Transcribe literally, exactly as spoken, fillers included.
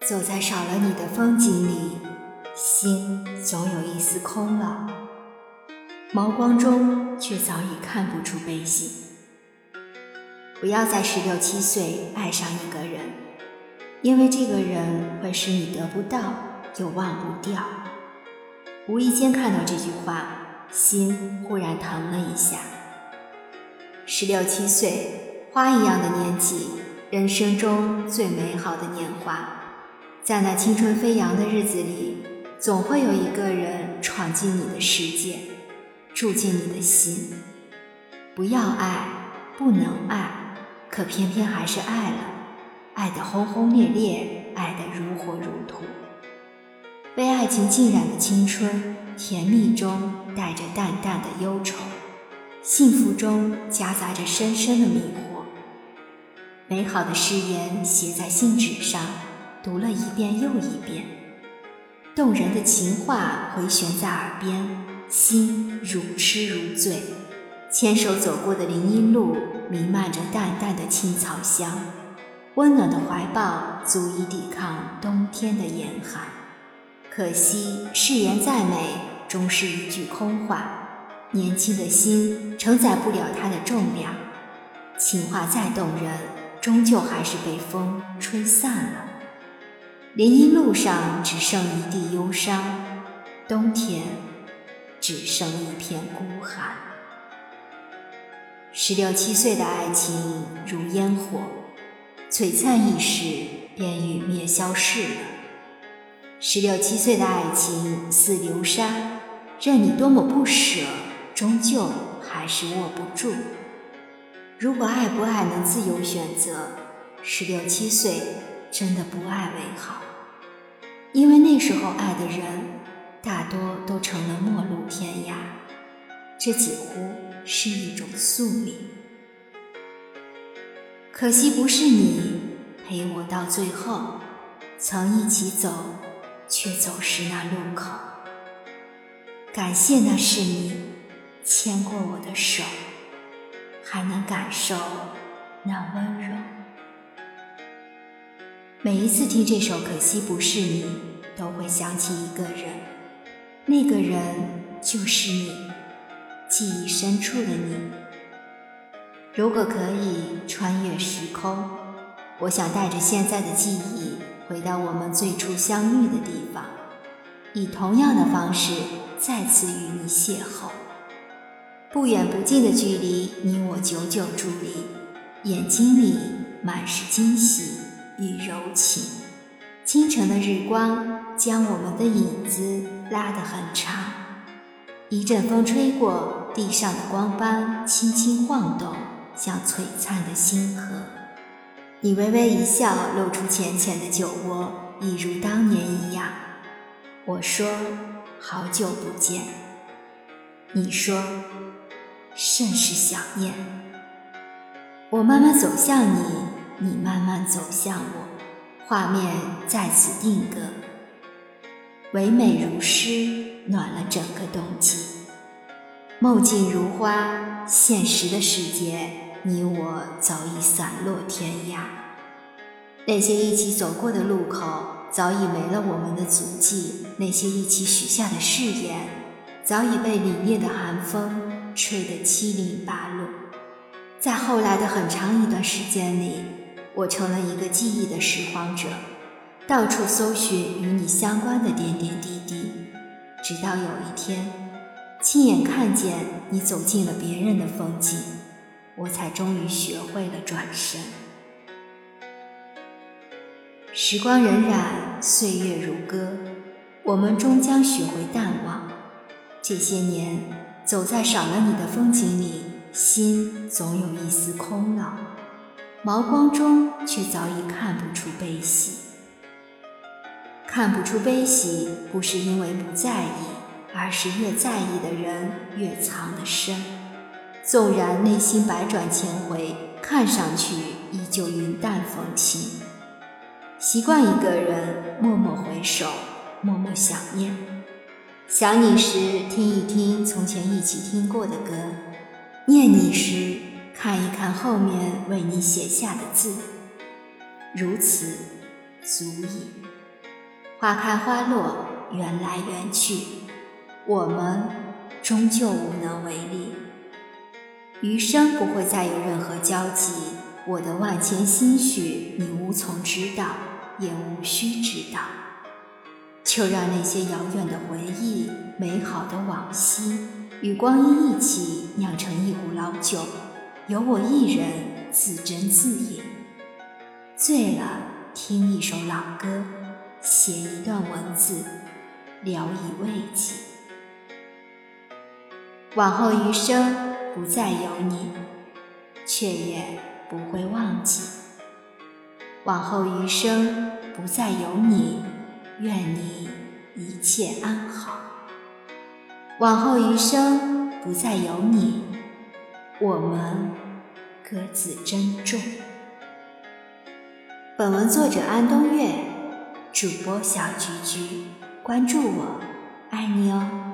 走在少了你的风景里，心总有一丝空了，眸光中却早已看不出悲喜。不要在十六七岁爱上一个人，因为这个人会使你得不到又忘不掉。无意间看到这句话，心忽然疼了一下。十六七岁，花一样的年纪，人生中最美好的年华。在那青春飞扬的日子里，总会有一个人闯进你的世界，住进你的心。不要爱，不能爱，可偏偏还是爱了，爱得轰轰烈烈，爱得如火如荼。被爱情浸染的青春，甜蜜中带着淡淡的忧愁，幸福中夹杂着深深的迷惑。美好的誓言写在信纸上，读了一遍又一遍，动人的情话回旋在耳边，心如痴如醉。牵手走过的林荫路，弥漫着淡淡的青草香，温暖的怀抱足以抵抗冬天的严寒。可惜誓言再美，终是一句空话，年轻的心承载不了它的重量，情话再动人，终究还是被风吹散了。林荫路上只剩一地忧伤，冬天只剩一片孤寒。十六七岁的爱情如烟火，璀璨一时便陨灭消逝了。十六七岁的爱情似流沙，任你多么不舍，终究还是握不住。如果爱不爱能自由选择，十六七岁真的不爱为好，因为那时候爱的人大多都成了陌路天涯，这几乎是一种宿命。可惜不是你陪我到最后，曾一起走，却走失那路口。感谢那是你牵过我的手，还能感受那温柔。每一次听这首可惜不是你，都会想起一个人，那个人就是你，记忆深处的你。如果可以穿越时空，我想带着现在的记忆回到我们最初相遇的地方，以同样的方式再次与你邂逅。不远不近的距离，你我久久伫立，眼睛里满是惊喜与柔情。清晨的日光将我们的影子拉得很长，一阵风吹过，地上的光斑轻轻晃动，像璀璨的星河。你微微一笑，露出浅浅的酒窝，一如当年一样。我说好久不见，你说甚是想念。我慢慢走向你，你慢慢走向我，画面在此定格，唯美如诗，暖了整个冬季。梦境如花，现实的世界，你我早已散落天涯。那些一起走过的路口，早已没了我们的足迹，那些一起许下的誓言，早已被凛冽的寒风吹得七零八落。在后来的很长一段时间里，我成了一个记忆的拾荒者，到处搜寻与你相关的点点滴滴，直到有一天，亲眼看见你走进了别人的风景，我才终于学会了转身。时光荏苒，岁月如歌，我们终将学会淡忘。这些年，走在少了你的风景里，心总有一丝空落，眸光中却早已看不出悲喜。看不出悲喜，不是因为不在意，而是越在意的人越藏得深。纵然内心百转千回，看上去依旧云淡风轻。习惯一个人，默默回首，默默想念。想你时，听一听从前一起听过的歌；念你时，看一看后面为你写下的字。如此足矣。 花开花落，缘来缘去，我们终究无能为力。余生不会再有任何交集，我的万千心绪你无从知道，也无需知道。就让那些遥远的回忆，美好的往昔，与光阴一起酿成一壶老酒，由我一人自斟自饮。醉了，听一首老歌，写一段文字，聊以慰藉。往后余生不再有你，却也不会忘记。往后余生不再有你，愿你一切安好。往后余生不再有你，我们各自珍重。本文作者安东月，主播小菊菊，关注我，爱你哦。